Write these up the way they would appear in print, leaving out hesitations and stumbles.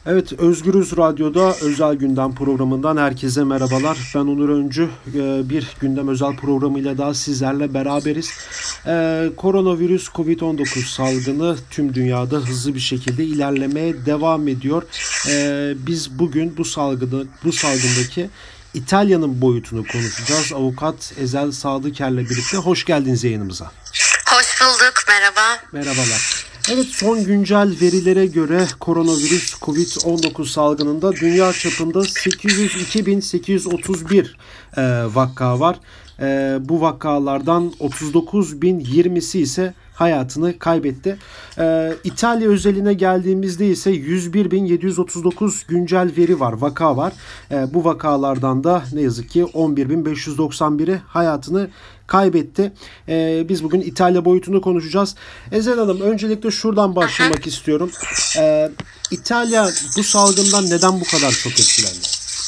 Evet, Özgürüz Radyo'da Özel Gündem programından herkese merhabalar. Ben Onur Öncü. Bir gündem özel programıyla daha sizlerle beraberiz. Koronavirüs COVID-19 salgını tüm dünyada hızlı bir şekilde ilerlemeye devam ediyor. Biz bugün bu salgındaki İtalya'nın boyutunu konuşacağız. Avukat Ezel Sadıker'le birlikte. Hoş geldiniz yayınımıza. Hoş bulduk, merhaba. Merhabalar. Evet, son güncel verilere göre koronavirüs COVID-19 salgınında dünya çapında 802.831 vaka var. Bu vakalardan 39.020'si ise hayatını kaybetti. İtalya özeline geldiğimizde ise 101.739 güncel veri var, vaka var. Bu vakalardan da ne yazık ki 11.591'i hayatını kaybetti. Biz bugün İtalya boyutunu konuşacağız. Ezel Hanım, öncelikle şuradan başlamak istiyorum. İtalya bu salgından neden bu kadar çok etkilendi?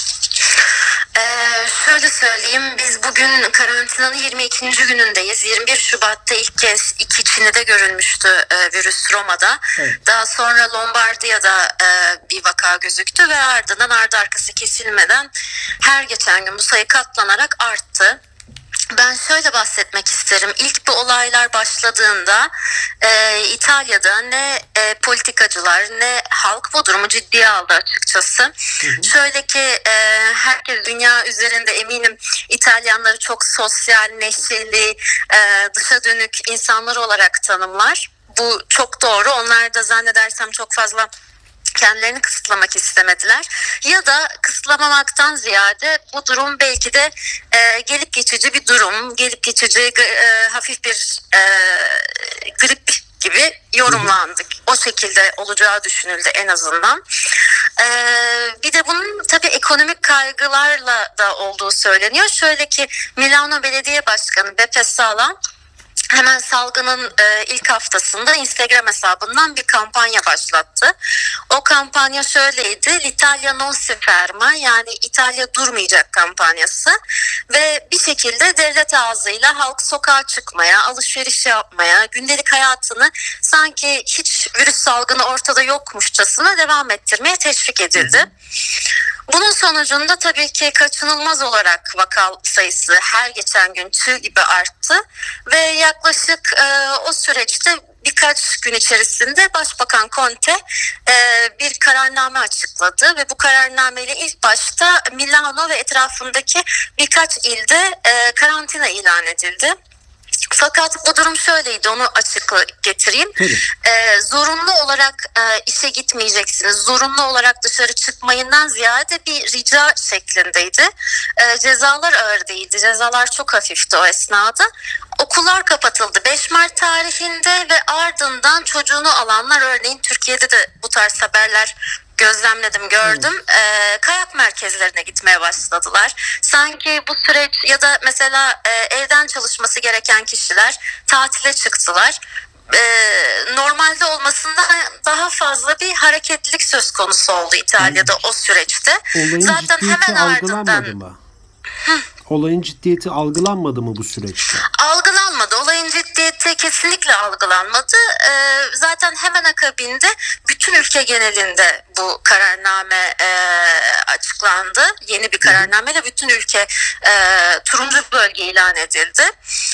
Şöyle söyleyeyim, biz bugün karantinanın 22. günündeyiz. 21 Şubat'ta ilk kez Çin'de görülmüştü virüs, Roma'da. Evet. Daha sonra Lombardiya'da bir vaka gözüktü ve ardından ardı arkası kesilmeden her geçen gün bu sayı katlanarak arttı. Ben şöyle bahsetmek isterim. İlk bu olaylar başladığında İtalya'da ne politikacılar ne halk bu durumu ciddiye aldı açıkçası. Hı hı. Şöyle ki herkes dünya üzerinde eminim İtalyanları çok sosyal, neşeli, dışa dönük insanlar olarak tanımlar. Bu çok doğru. Onlar da zannedersem çok fazla kendilerini kısıtlamak istemediler. Ya da kısıtlamamaktan ziyade bu durum belki de gelip geçici bir durum, gelip geçici hafif bir grip gibi yorumlandık. O şekilde olacağı düşünüldü en azından. Bir de bunun tabii ekonomik kaygılarla da olduğu söyleniyor. Şöyle ki Milano Belediye Başkanı Beppe Sala hemen salgının ilk haftasında Instagram hesabından bir kampanya başlattı. O kampanya şöyleydi: l'Italia non si ferma, yani İtalya durmayacak kampanyası ve bir şekilde devlet ağzıyla halk sokağa çıkmaya, alışveriş yapmaya, gündelik hayatını sanki hiç virüs salgını ortada yokmuşçasına devam ettirmeye teşvik edildi. Bunun sonucunda tabii ki kaçınılmaz olarak vaka sayısı her geçen gün tüy gibi arttı ve yaklaşık o süreçte birkaç gün içerisinde Başbakan Conte bir kararname açıkladı ve bu kararnameyle ilk başta Milano ve etrafındaki birkaç ilde karantina ilan edildi. Fakat bu durum şöyleydi, onu açıkla getireyim. Zorunlu olarak işe gitmeyeceksiniz, zorunlu olarak dışarı çıkmayından ziyade bir rica şeklindeydi. Cezalar ağır değildi, cezalar çok hafifti o esnada. Okullar kapatıldı 5 Mart tarihinde ve ardından çocuğunu alanlar, örneğin Türkiye'de de bu tarz haberler gözlemledim, gördüm. Kayak merkezlerine gitmeye başladılar. Sanki bu süreç ya da mesela evden çalışması gereken kişiler tatile çıktılar. Normalde olmasından daha fazla bir hareketlilik söz konusu oldu İtalya'da o süreçte. Olayın zaten hemen ardından mı? Olayın ciddiyeti algılanmadı mı bu süreçte? Algılanmadı. Olayın ciddiyeti kesinlikle algılanmadı. Zaten hemen akabinde bütün ülke genelinde bu kararname açıklandı. Yeni bir kararnameyle bütün ülke turuncu bölge ilan edildi.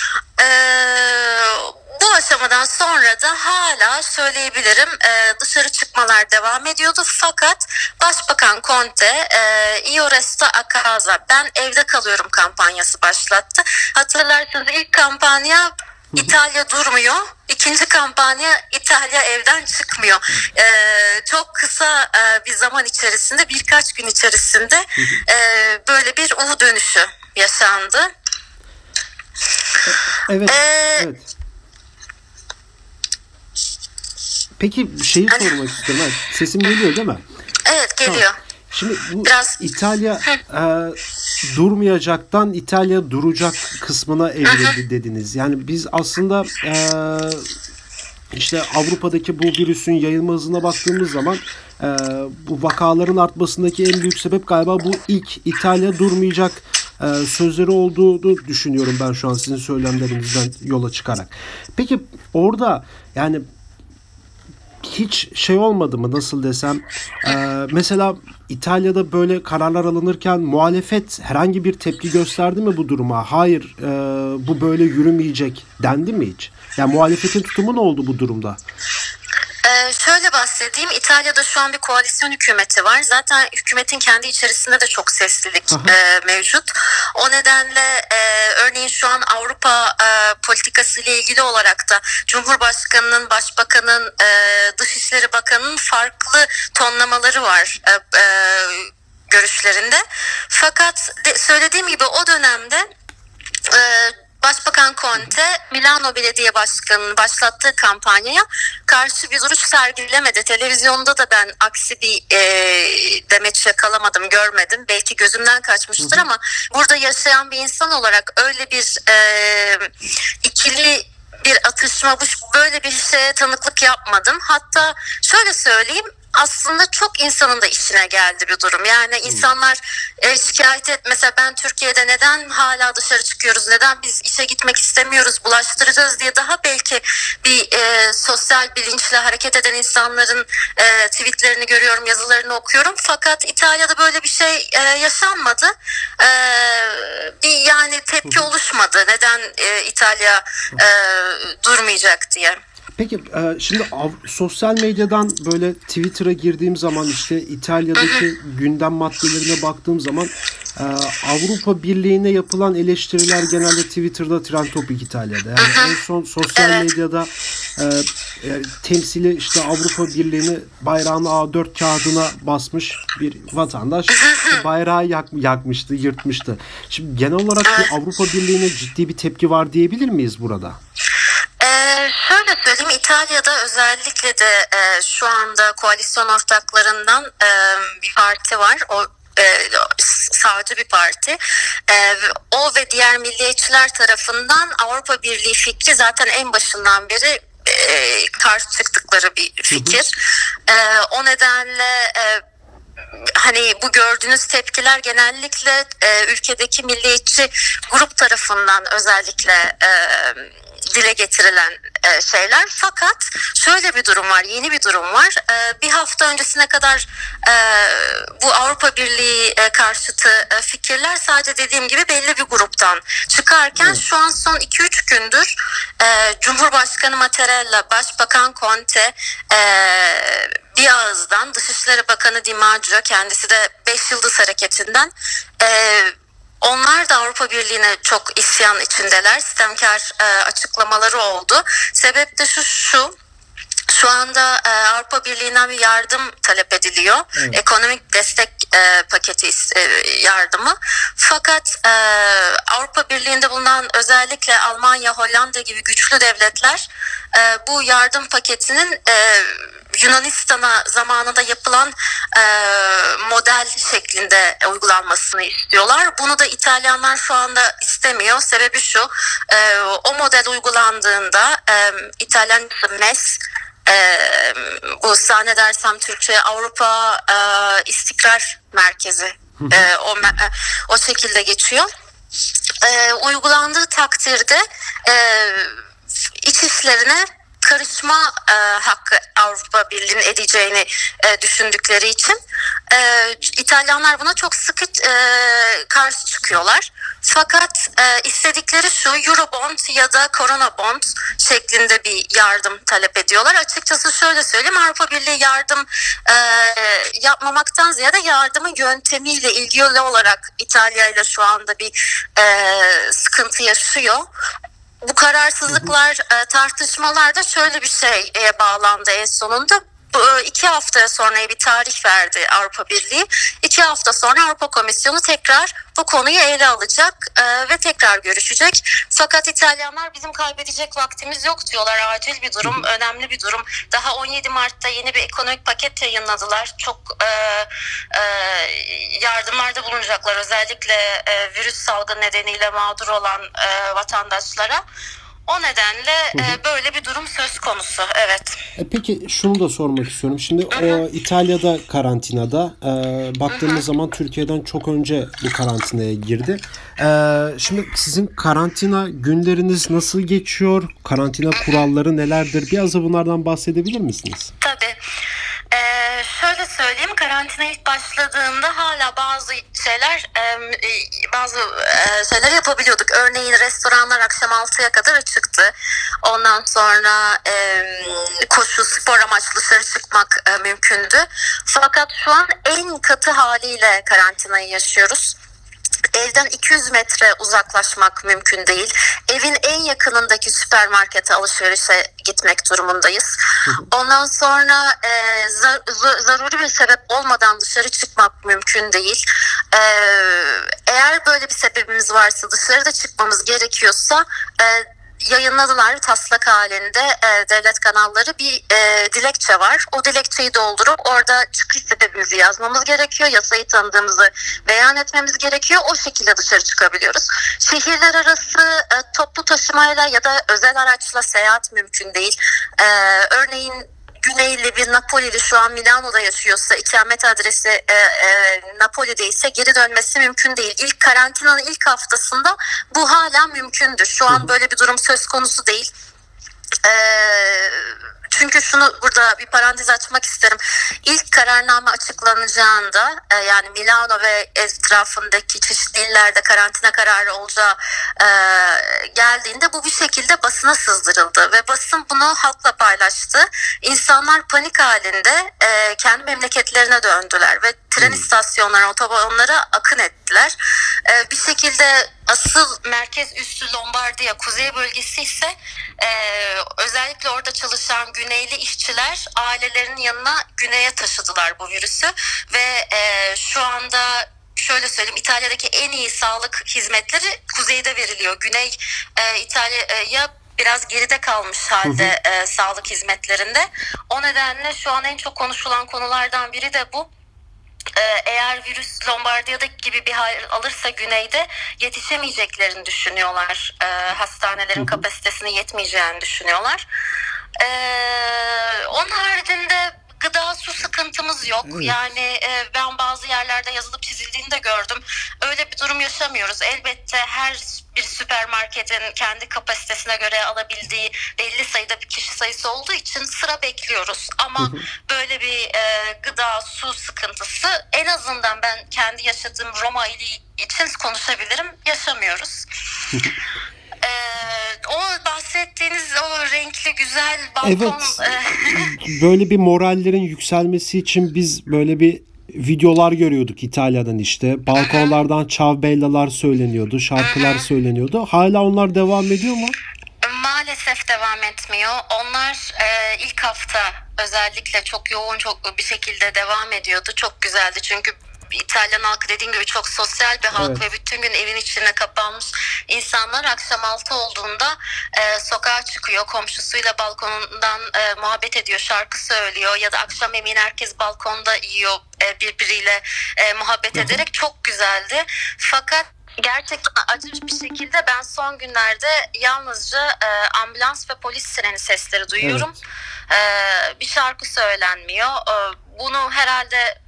Bu aşamadan sonra da hala söyleyebilirim dışarı çıkmalar devam ediyordu. Fakat Başbakan Conte Io resto a casa, ben evde kalıyorum kampanyası başlattı. Hatırlarsınız, ilk kampanya İtalya durmuyor, İkinci kampanya İtalya evden çıkmıyor. Çok kısa bir zaman içerisinde, birkaç gün içerisinde böyle bir U dönüşü yaşandı. Evet. Peki şeyi sormak istiyorum. Sesim geliyor değil mi? Evet, geliyor. Tamam. Şimdi bu biraz İtalya durmayacaktan İtalya duracak kısmına evrildi dediniz. Yani biz aslında işte Avrupa'daki bu virüsün yayılma hızına baktığımız zaman bu vakaların artmasındaki en büyük sebep galiba bu ilk İtalya durmayacak sözleri olduğunu düşünüyorum ben şu an sizin söylemlerinizden yola çıkarak. Peki orada yani hiç şey olmadı mı, nasıl desem, mesela İtalya'da böyle kararlar alınırken muhalefet herhangi bir tepki gösterdi mi bu duruma? Hayır, bu böyle yürümeyecek dendi mi hiç? Yani muhalefetin tutumu ne oldu bu durumda? Şöyle bahsedeyim. İtalya'da şu an bir koalisyon hükümeti var. Zaten hükümetin kendi içerisinde de çok seslilik mevcut. O nedenle örneğin şu an Avrupa politikası ile ilgili olarak da Cumhurbaşkanı'nın, Başbakan'ın, Dışişleri Bakanı'nın farklı tonlamaları var görüşlerinde. Fakat söylediğim gibi o dönemde Başbakan Conte, Milano Belediye Başkanı'nın başlattığı kampanyaya karşı bir duruş sergilemedi. Televizyonda da ben aksi bir demeç yakalamadım, görmedim. Belki gözümden kaçmıştır ama burada yaşayan bir insan olarak öyle bir ikili bir atışma, böyle bir şeye tanıklık yapmadım. Hatta şöyle söyleyeyim, aslında çok insanın da işine geldi bir durum. Yani insanlar şikayet et. Mesela ben Türkiye'de neden hala dışarı çıkıyoruz, neden biz işe gitmek istemiyoruz, bulaştıracağız diye daha belki bir sosyal bilinçle hareket eden insanların tweetlerini görüyorum, yazılarını okuyorum. Fakat İtalya'da böyle bir şey yaşanmadı. Bir yani tepki oluşmadı. Neden İtalya durmayacak diye. Peki şimdi sosyal medyadan böyle Twitter'a girdiğim zaman, işte İtalya'daki gündem maddelerine baktığım zaman Avrupa Birliği'ne yapılan eleştiriler genelde Twitter'da trend topic İtalya'da. Yani en son sosyal medyada temsili işte Avrupa Birliği'ni bayrağını A4 kağıdına basmış bir vatandaş bayrağı yakmıştı, yırtmıştı. Şimdi genel olarak bir Avrupa Birliği'ne ciddi bir tepki var diyebilir miyiz burada? Şöyle söyleyeyim, İtalya'da özellikle de şu anda koalisyon ortaklarından bir parti var. O sağcı bir parti. O ve diğer milliyetçiler tarafından Avrupa Birliği fikri zaten en başından beri karşı çıktıkları bir fikir. O nedenle hani bu gördüğünüz tepkiler genellikle ülkedeki milliyetçi grup tarafından özellikle dile getirilen şeyler. Fakat şöyle bir durum var, yeni bir durum var. Bir hafta öncesine kadar bu Avrupa Birliği karşıtı fikirler sadece dediğim gibi belli bir gruptan çıkarken şu an son 2-3 gündür Cumhurbaşkanı Mattarella, Başbakan Conte, bir ağızdan Dışişleri Bakanı Di Maggio, kendisi de 5 Yıldız Hareketi'nden, onlar da Avrupa Birliği'ne çok isyan içindeler. Sistemkar açıklamaları oldu. Sebep de şu anda Avrupa Birliği'nden bir yardım talep ediliyor. Evet. Ekonomik destek paketi yardımı. Fakat Avrupa Birliği'nde bulunan özellikle Almanya, Hollanda gibi güçlü devletler bu yardım paketinin Yunanistan'a zamanında yapılan model şeklinde uygulanmasını istiyorlar. Bunu da İtalyanlar şu anda istemiyor. Sebebi şu, o model uygulandığında İtalyancası MES, bu zannedersem Türkçe Avrupa İstikrar Merkezi, o şekilde geçiyor. Uygulandığı takdirde iç işlerine karışma hakkı Avrupa Birliği'nin edeceğini düşündükleri için İtalyanlar buna çok sıkı karşı çıkıyorlar. Fakat istedikleri şu, Eurobond ya da Corona Bond şeklinde bir yardım talep ediyorlar. Açıkçası şöyle söyleyeyim, Avrupa Birliği yardım yapmamaktan ziyade yardımın yöntemiyle ilgili olarak İtalya ile şu anda bir sıkıntı yaşıyor. Bu kararsızlıklar, tartışmalar da şöyle bir şeye bağlandı en sonunda. 2 hafta sonra bir tarih verdi Avrupa Birliği. 2 hafta sonra Avrupa Komisyonu tekrar bu konuyu ele alacak ve tekrar görüşecek. Fakat İtalyanlar bizim kaybedecek vaktimiz yok diyorlar. Acil bir durum, önemli bir durum. Daha 17 Mart'ta yeni bir ekonomik paket yayınladılar. Çok yardımlarda bulunacaklar. Özellikle virüs salgını nedeniyle mağdur olan vatandaşlara. O nedenle böyle bir durum söz konusu. Evet. Peki şunu da sormak istiyorum. Şimdi o İtalya'da karantinada baktığımız zaman Türkiye'den çok önce bu karantinaya girdi. Şimdi sizin karantina günleriniz nasıl geçiyor? Karantina kuralları nelerdir? Biraz da bunlardan bahsedebilir misiniz? Tabii. Şöyle söyleyeyim, karantina ilk başladığında hala bazı şeyler yapabiliyorduk. Örneğin restoranlar akşam 6'ya kadar açıktı. Ondan sonra koşu, spor amaçlı dışarı çıkmak mümkündü. Fakat şu an en katı haliyle karantinayı yaşıyoruz. Evden 200 metre uzaklaşmak mümkün değil. Evin en yakınındaki süpermarkete alışverişe gitmek durumundayız. Ondan sonra zaruri bir sebep olmadan dışarı çıkmak mümkün değil. Eğer böyle bir sebebimiz varsa, dışarıda çıkmamız gerekiyorsa yayınladılar taslak halinde devlet kanalları bir dilekçe var. O dilekçeyi doldurup orada çıkış sebebimizi yazmamız gerekiyor. Yasayı tanıdığımızı beyan etmemiz gerekiyor. O şekilde dışarı çıkabiliyoruz. Şehirler arası toplu taşımayla ya da özel araçla seyahat mümkün değil. Örneğin Güneyli bir Napolili şu an Milano'da yaşıyorsa, ikamet adresi Napoli'de ise geri dönmesi mümkün değil. İlk karantinanın ilk haftasında bu hala mümkündü. Şu an böyle bir durum söz konusu değil. Çünkü şunu burada bir parantez açmak isterim. İlk kararname açıklanacağında yani Milano ve etrafındaki çeşitli illerde karantina kararı olacağı geldiğinde bu bir şekilde basına sızdırıldı ve basın bunu halkla paylaştı. İnsanlar panik halinde kendi memleketlerine döndüler ve tren istasyonlarına, otobanlara akın ettiler. Bir şekilde asıl merkez üssü Lombardiya, kuzey bölgesi ise özellikle orada çalışan güneyli işçiler ailelerinin yanına güneye taşıdılar bu virüsü ve şu anda şöyle söyleyeyim, İtalya'daki en iyi sağlık hizmetleri kuzeyde veriliyor. Güney İtalya'ya biraz geride kalmış halde sağlık hizmetlerinde. O nedenle şu an en çok konuşulan konulardan biri de bu. Eğer virüs Lombardiya'daki gibi bir hal alırsa güneyde yetişemeyeceklerini düşünüyorlar. Hastanelerin kapasitesine yetmeyeceğini düşünüyorlar. Onun haricinde gıda, su sıkıntımız yok. Evet. Yani ben bazı yerlerde yazılıp çizildiğini de gördüm. Öyle bir durum yaşamıyoruz. Elbette her bir süpermarketin kendi kapasitesine göre alabildiği belli sayıda bir kişi sayısı olduğu için sıra bekliyoruz. Ama böyle bir gıda, su sıkıntısı en azından ben kendi yaşadığım Roma ili için konuşabilirim. Yaşamıyoruz. O bahsettiğiniz o renkli güzel balkon... Evet. Böyle bir morallerin yükselmesi için biz böyle bir videolar görüyorduk İtalya'dan işte. Balkonlardan Ciao Bella'lar söyleniyordu, şarkılar söyleniyordu. Hala onlar devam ediyor mu? Maalesef devam etmiyor. Onlar ilk hafta özellikle çok yoğun bir şekilde devam ediyordu. Çok güzeldi çünkü İtalyan halkı dediğim gibi çok sosyal bir halk, evet. Ve bütün gün evin içine kapanmış insanlar akşam 6 olduğunda sokağa çıkıyor, komşusuyla balkonundan muhabbet ediyor, şarkı söylüyor ya da akşam yemeğini herkes balkonda yiyor, birbiriyle muhabbet ederek çok güzeldi. Fakat gerçekten acı bir şekilde ben son günlerde yalnızca ambulans ve polis sireni sesleri duyuyorum. Evet. Bir şarkı söylenmiyor. Bunu herhalde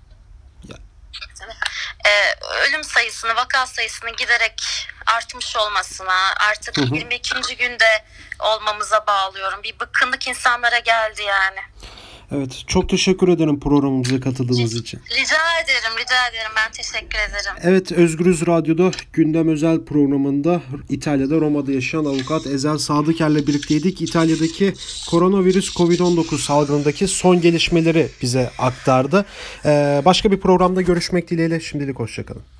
ölüm sayısını, vaka sayısının giderek artmış olmasına, artık 22. günde olmamıza bağlıyorum. Bir bıkkınlık insanlara geldi yani. Evet, çok teşekkür ederim programımıza katıldığınız için. Rica ederim. Ben teşekkür ederim. Evet, Özgürüz Radyo'da Gündem Özel programında İtalya'da Roma'da yaşayan avukat Ezel Sadıker'le birlikteydik. İtalya'daki koronavirüs COVID-19 salgınındaki son gelişmeleri bize aktardı. Başka bir programda görüşmek dileğiyle. Şimdilik hoşçakalın.